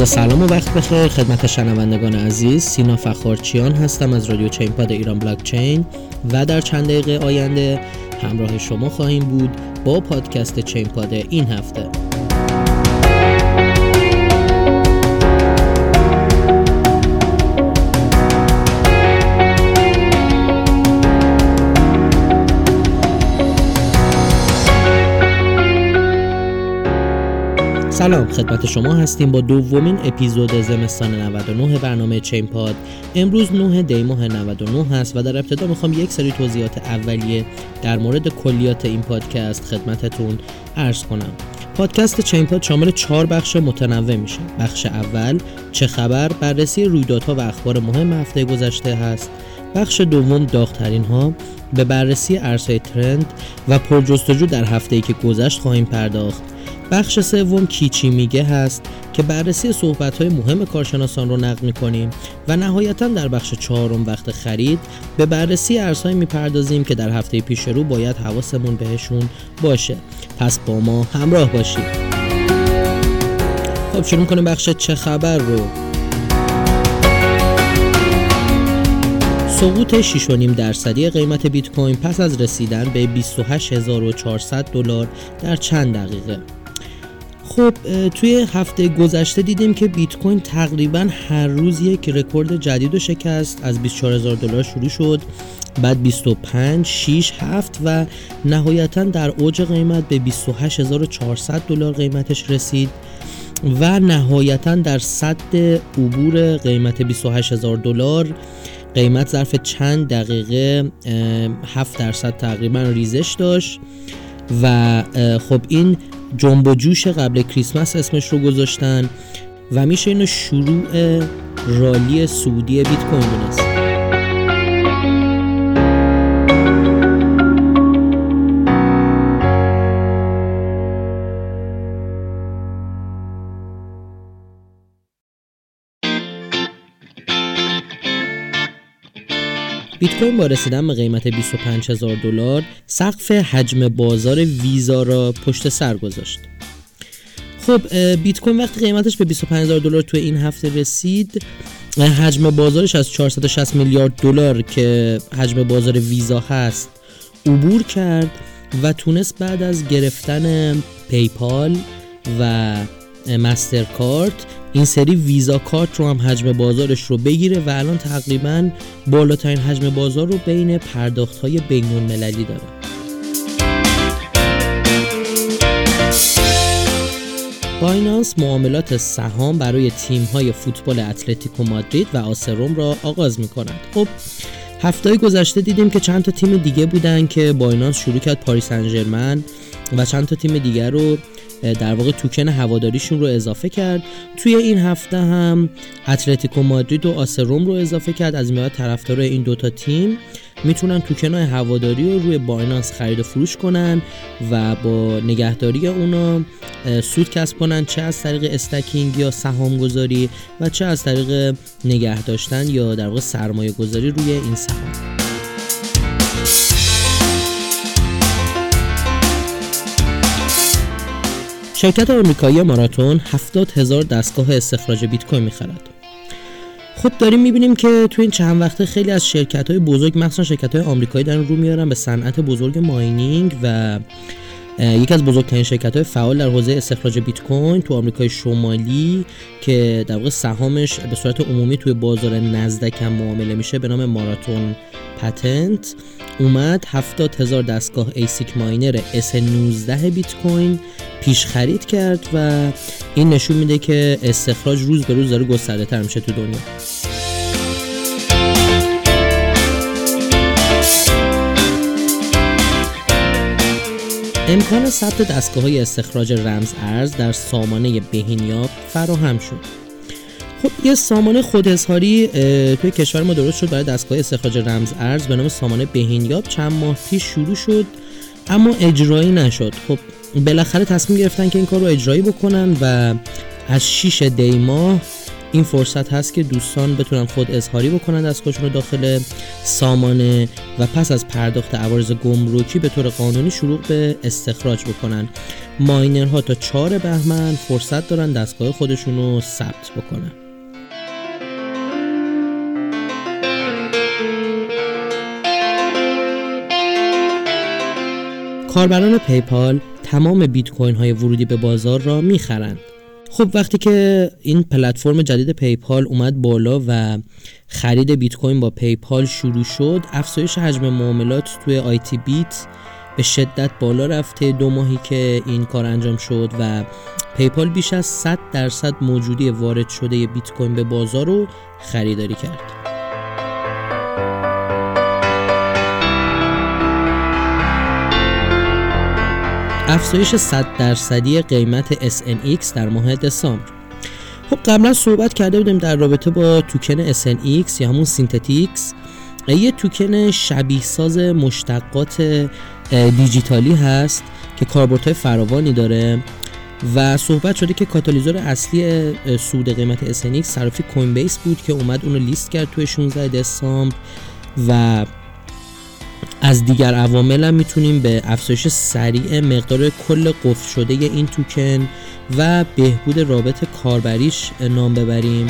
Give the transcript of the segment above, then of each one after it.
سلام و وقت بخیر خدمت شنوندگان عزیز. سینا فخارچیان هستم از رادیو چینپاد ایران بلاکچین و در چند دقیقه آینده همراه شما خواهیم بود با پادکست چینپاد این هفته. سلام، خدمت شما هستیم با دومین اپیزود زمستان 99 برنامه چینپاد. امروز 9 دی ماه 99 هست و در ابتدا میخوام یک سری توضیحات اولیه در مورد کلیات این پادکست خدمتتون عرض کنم. پادکست چینپاد شامل 4 بخش متنوع میشه. بخش اول چه خبر، بررسی رویدادها و اخبار مهم هفته گذشته هست. بخش دوم داغ‌ترین ها، به بررسی ارزهای ترند و پرجستجو در هفته‌ای که گذشت خواهیم پرداخت. بخش سوم کیچی میگه هست که بررسی صحبت‌های مهم کارشناسان رو نقل می‌کنیم و نهایتاً در بخش چهارم وقت خرید به بررسی ارزهایی می‌پردازیم که در هفته پیش رو باید حواسمون بهشون باشه. پس با ما همراه باشید. خب شروع کنیم بخش چه خبر رو. سقوط 6.5% قیمت بیت کوین پس از رسیدن به $28400 در چند دقیقه. خب توی هفته گذشته دیدیم که بیت کوین تقریباً هر روز یک رکورد جدید رو شکست. از $24000 شروع شد، بعد 25, 6, 7 و نهایتاً در اوج قیمت به $28400 قیمتش رسید و نهایتاً در سد عبور قیمت $28000 قیمت ظرف چند دقیقه 7% تقریبا ریزش داشت و خب این جنب و جوش قبل کریسمس اسمش رو گذاشتن و میشه اینو شروع رالی سعودی بیت کوین دونست. بیت کوین با رسیدن به قیمت $25000 سقف حجم بازار ویزا را پشت سر گذاشت. خب بیت کوین وقتی قیمتش به $25000 توی این هفته رسید، حجم بازارش از $460 میلیارد که حجم بازار ویزا هست عبور کرد و تونست بعد از گرفتن پیپال و مسترکارت این سری ویزا کارت رو هم حجم بازارش رو بگیره و الان تقریباً بالاترین حجم بازار رو بین پرداخت‌های بین‌المللی داره. بایننس معاملات سهام برای تیم‌های فوتبال اتلتیکو مادرید و آسروم را آغاز می‌کند. خب هفته گذشته دیدیم که چند تا تیم دیگه بودن که بایننس شروع کرد، پاریس سن ژرمن و چند تا تیم دیگر رو در واقع توکن هواداریشون رو اضافه کرد. توی این هفته هم اتلتیکو مادرید و آسروم رو اضافه کرد. از این بعد طرفدارای این دوتا تیم میتونن توکن‌های هواداری رو روی بایننس خرید و فروش کنن و با نگهداری اونا سود کسب کنن، چه از طریق استکینگ یا سهام گذاری و چه از طریق نگه داشتن یا در واقع سرمایه گذاری روی این سهام. شرکت آمریکایی ماراتون 70,000 دستگاه استخراج بیت کوین می‌خرد. خب داریم می‌بینیم که تو این چند وقته خیلی از شرکت‌های بزرگ، مخصوصا شرکت‌های آمریکایی، دارن رو میارن به صنعت بزرگ ماینینگ و یکی از بزرگترین شرکت‌های فعال در حوزه استخراج بیت کوین تو آمریکای شمالی که در واقع سهامش به صورت عمومی توی بازار نزدک هم معامله میشه به نام ماراتون پتنت اومد 70,000 دستگاه ایسیک ماینر S19 بیت کوین پیش خرید کرد و این نشون میده که استخراج روز به روز داره گسترده تر میشه تو دنیا. امکان ثبت دستگاه‌های استخراج رمز ارز در سامانه بهینیاب فراهم شد. خب یه سامانه خوداظهاری توی کشور ما درست شد برای دستگاه استخراج رمز ارز به نام سامانه بهینیاب. چند ماه پیش شروع شد اما اجرایی نشد. خب بالاخره تصمیم گرفتن که این کار رو اجرایی بکنن و از 6 دی ماه این فرصت هست که دوستان بتونن خود اظهاری بکنن دستگاهشون رو داخل سامانه و پس از پرداخت عوارض گمرکی به طور قانونی شروع به استخراج بکنن. ماینرها تا 4 بهمن فرصت دارن دستگاه خودشون رو ثبت بکنن. کاربران پیپال تمام بیت کوین های ورودی به بازار را میخرند. خب وقتی که این پلتفرم جدید پیپال اومد بالا و خرید بیت کوین با پیپال شروع شد، افزایش حجم معاملات توی آیتی بیت به شدت بالا رفته. 2 ماهی که این کار انجام شد و پیپال بیش از 100% موجودی وارد شده بیت کوین به بازار رو خریداری کرد. افزایش 100% قیمت SNX در ماه دسامبر. خب قبلا صحبت کرده بودیم در رابطه با توکن SNX یا همون سینتتیکس، یه توکن شبیه ساز مشتقات دیجیتالی هست که کاربردهای فراوانی داره و صحبت شده که کاتالیزور اصلی صعود قیمت SNX صرافی کوین بیس بود که اومد اونو لیست کرد توی 16 دسامبر و از دیگر عوامل هم میتونیم به افزایش سریع مقدار کل قفل شده این توکن و بهبود رابط کاربریش نام ببریم.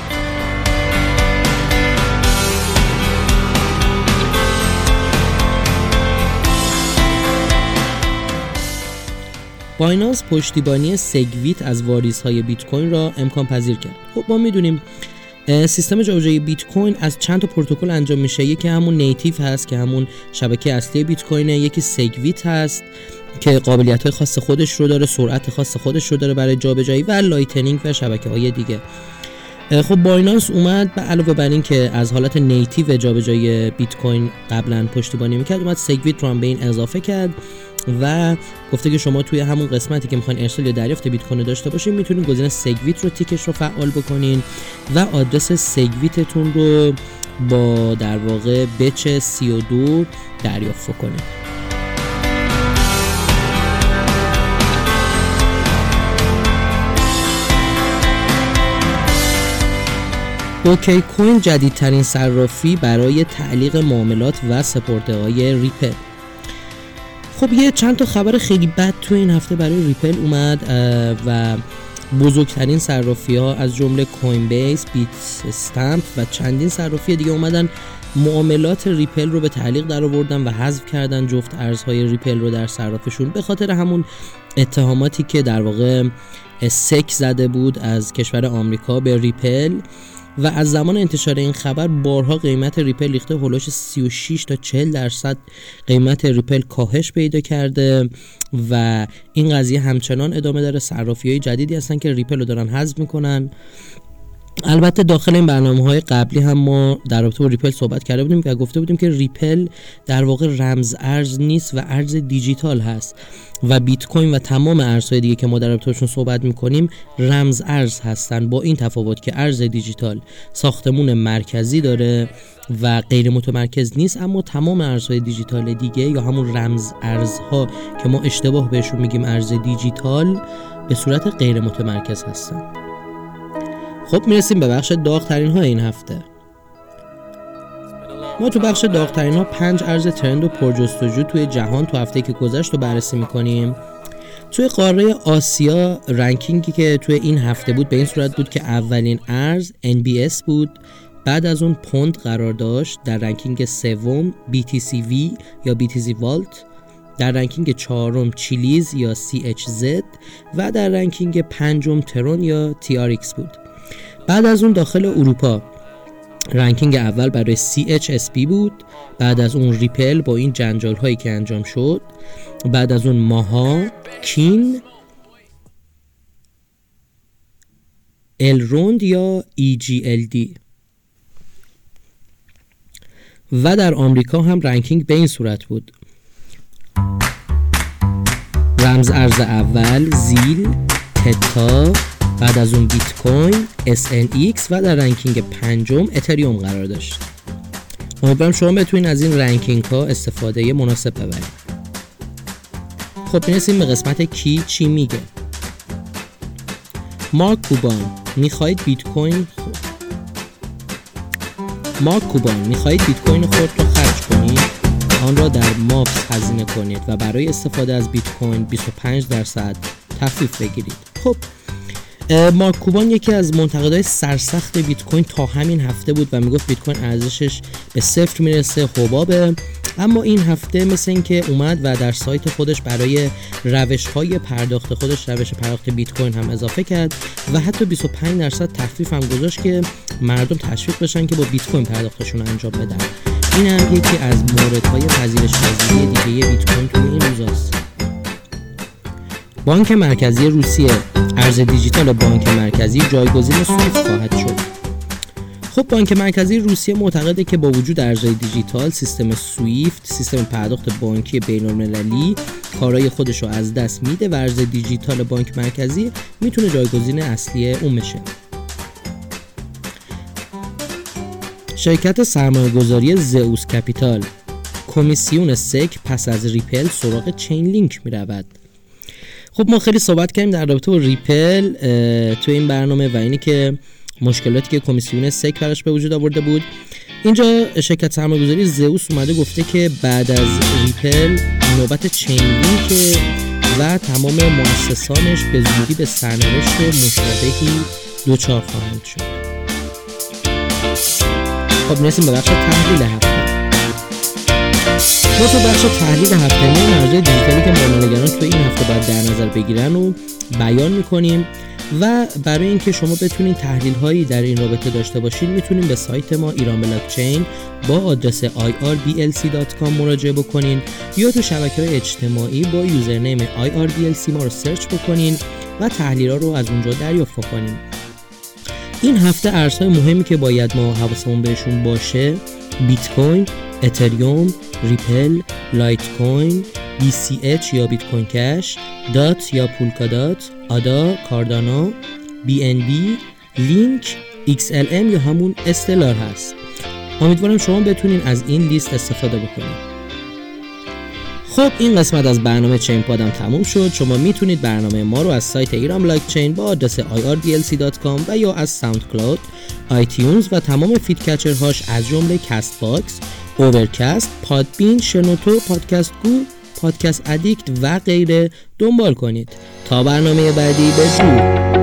بایننس پشتیبانی سگویت از واریزهای بیت کوین را امکان پذیر کرد. خب ما میدونیم سیستم جابجایی بیت کوین از چند تا پروتکل انجام میشه. یکی همون نیتیو هست که همون شبکه اصلی بیت کوینه، یکی سگویت هست که قابلیت‌های خاص خودش رو داره، سرعت خاص خودش رو داره برای جابجایی، و لایتنینگ و شبکه‌های دیگه. خب بایننس اومد به علاوه بر این که از حالت نیتیو جابجایی بیت کوین قبلا پشتیبانی میکرد، اومد سگویت رو هم به این اضافه کرد و گفته که شما توی همون قسمتی که میخواین ارسال یا دریافت بیت کوین داشته باشین میتونین گزینه سگویت رو تیکش رو فعال بکنین و آدرس سگویتتون رو با در واقع بچ 32 دریافت کنین. اوکی کوین جدیدترین صرافی برای تعلیق معاملات و سپرده‌های ریپل. خب یه چند تا خبر خیلی بد تو این هفته برای ریپل اومد و بزرگترین صرافی ها از جمله کوین بیس، بیت استمپ و چندین صرافی دیگه اومدن معاملات ریپل رو به تعلیق در آوردن و حذف کردن جفت ارزهای ریپل رو در صرافشون به خاطر همون اتهاماتی که در واقع سک زده بود از کشور آمریکا به ریپل. و از زمان انتشار این خبر بارها قیمت ریپل ریخته هولوش 36 تا 40% قیمت ریپل کاهش پیدا کرده و این قضیه همچنان ادامه داره. صرافی‌های جدیدی هستن که ریپل رو دارن حذف میکنن. البته داخل این برنامه‌های قبلی هم ما در رابطه با ریپل صحبت کرده بودیم و گفته بودیم که ریپل در واقع رمز ارز نیست و ارز دیجیتال هست و بیت کوین و تمام ارزهای دیگه که ما در رابطه‌شون صحبت می‌کنیم رمز ارز هستن، با این تفاوت که ارز دیجیتال ساختمون مرکزی داره و غیر متمرکز نیست، اما تمام ارزهای دیجیتال دیگه یا همون رمز ارزها که ما اشتباه بهشون میگیم ارز دیجیتال به صورت غیر متمرکز هستن. خب میرسیم به بخش داغ‌ترین ها این هفته. ما تو بخش داغ‌ترین ها 5 ارز ترند و پرجستجو توی جهان تو هفته که گذشت رو بررسی میکنیم. توی قاره آسیا رنکینگی که توی این هفته بود به این صورت بود که اولین ارز NBS بود، بعد از اون پوند قرار داشت، در رنکینگ سوم BTCV یا BTC والت، در رنکینگ چهارم چیلیز یا CHZ و در رنکینگ پنجم ترون یا TRX بود. بعد از اون داخل اروپا رنکینگ اول برای CHSP بود، بعد از اون ریپل با این جنجال هایی که انجام شد، بعد از اون ماها، کین، الروند یا EGLD و در آمریکا هم رنکینگ به این صورت بود: رمز ارز اول زیل، تتا، بعد از اون بیت کوین، SNX و در رنکینگ پنجم اتریوم قرار داشت. امیدوارم شما بتونین از این رنکینگ ها استفاده مناسب ببرید. خب میرسیم به قسمت کی چی میگه. مارک کوبان میخواهید بیت کوین مارک کوبان میخواهید بیت کوین خود رو خرج کنید، آن را در ماپس هزینه کنید و برای استفاده از بیت کوین 25% تخفیف بگیرید. خب مارک کوبان یکی از منتقدای سرسخت بیت کوین تا همین هفته بود و میگفت بیت کوین ارزشش به صفر میرسه، حبابه. اما این هفته مثل این که اومد و در سایت خودش برای روش‌های پرداخت خودش روش پرداخت بیت کوین هم اضافه کرد و حتی 25% تخفیف هم گذاشت که مردم تشویق بشن که با بیت کوین پرداختشون انجام بدن. این هم یکی از موردهای پذیرش‌پذیری دیگه بیت کوین تو این روزاست. بانک مرکزی روسیه ارز دیجیتال بانک مرکزی جایگزین سویفت خواهد شد. خب بانک مرکزی روسیه معتقده که با وجود ارزهای دیجیتال سیستم سویفت، سیستم پرداخت بانکی بین‌المللی، کارهای خودش رو از دست میده و ارز دیجیتال بانک مرکزی میتونه جایگزین اصلی اون بشه. شرکت سرمایه‌گذاری زئوس کپیتال کمیسیون سک پس از ریپل سراغ چین لینک میرود. خب ما خیلی صحبت کردیم در رابطه با ریپل تو این برنامه و اینی که مشکلاتی که کمیسیون سک براش به وجود آورده بود. اینجا شرکت سرمایه‌گذاری زئوس اومده گفته که بعد از ریپل نوبت چین لینک و تمام مؤسسانش به زودی به سرنوشت مشابهی دچار خواهند شد. خب میرسیم به بخش تحلیل هفته. ما تو بخش تحلیل هفته ارزهای دیجیتالی که معامله‌گران تو این هفته باید در نظر بگیرن و بیان میکنیم و برای اینکه شما بتونید تحلیل هایی در این رابطه داشته باشید میتونید به سایت ما ایران بلاکچین با آدرس irblc.com مراجعه بکنین یا تو شبکه‌های اجتماعی با یوزرنیم irblc ما رو سرچ بکنین و تحلیل ها رو از اونجا دریافت بکنین. این هفته ارزهای مهمی که باید ما حواسمون بهشون باشه بیت کوین، اتریوم، ریپل، لایت کوین، BCH یا بیت کوین کش، دات یا پولکادات، آدا، کاردانو، BNB، لینک، XLM یا همون استلار هست. امیدوارم شما بتونین از این لیست استفاده بکنید. خب این قسمت از برنامه چین پادم تموم شد. شما میتونید برنامه ما رو از سایت ایران بلاکچین با آدرس irblc.com و یا از ساوند کلاود، آیتیونز و تمام فید کچرهاش از جمله کست باکس، اوورکست، پادبین، شنوتو، پادکست گو، پادکست ادیکت و غیره دنبال کنید. تا برنامه بعدی بدرود.